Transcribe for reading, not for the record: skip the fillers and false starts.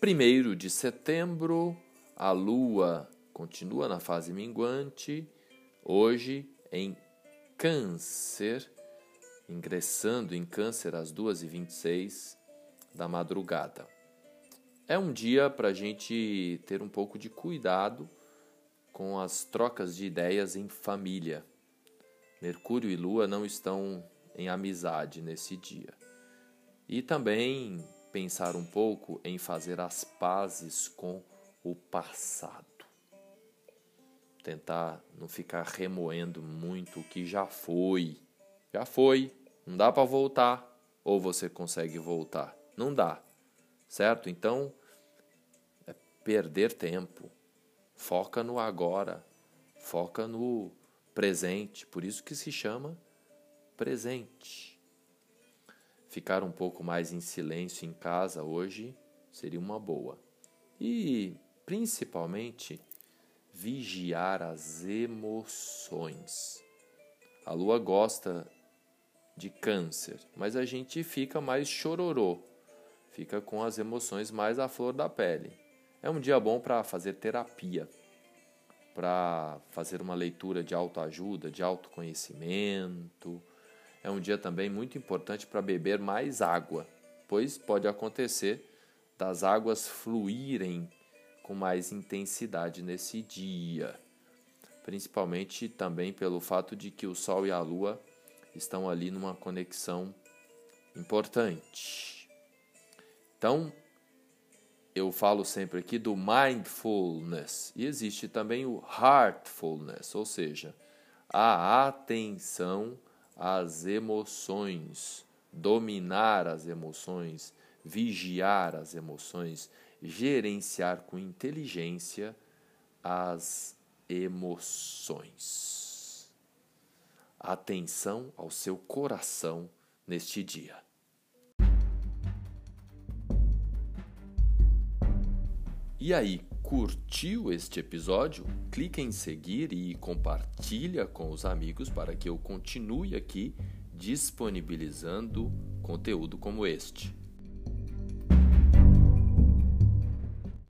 1º de setembro, a Lua continua na fase minguante, hoje em Câncer, ingressando em Câncer às 2h26 da madrugada. É um dia para a gente ter um pouco de cuidado com as trocas de ideias em família. Mercúrio e Lua não estão em amizade nesse dia. E também pensar um pouco em fazer as pazes com o passado. Tentar não ficar remoendo muito o que já foi. Já foi, não dá para voltar. Ou você consegue voltar? Não dá, certo? Então, é perder tempo. Foca no agora, foca no presente. Por isso que se chama presente. Ficar um pouco mais em silêncio em casa hoje seria uma boa. E, principalmente, vigiar as emoções. A Lua gosta de Câncer, mas a gente fica mais chororô, fica com as emoções mais à flor da pele. É um dia bom para fazer terapia, para fazer uma leitura de autoajuda, de autoconhecimento. É um dia também muito importante para beber mais água, pois pode acontecer das águas fluírem com mais intensidade nesse dia, principalmente também pelo fato de que o Sol e a Lua estão ali numa conexão importante. Então, eu falo sempre aqui do mindfulness, e existe também o heartfulness, ou seja, a atenção às emoções, dominar as emoções, vigiar as emoções, gerenciar com inteligência as emoções. Atenção ao seu coração neste dia. E aí, curtiu este episódio? Clique em seguir e compartilha com os amigos para que eu continue aqui disponibilizando conteúdo como este.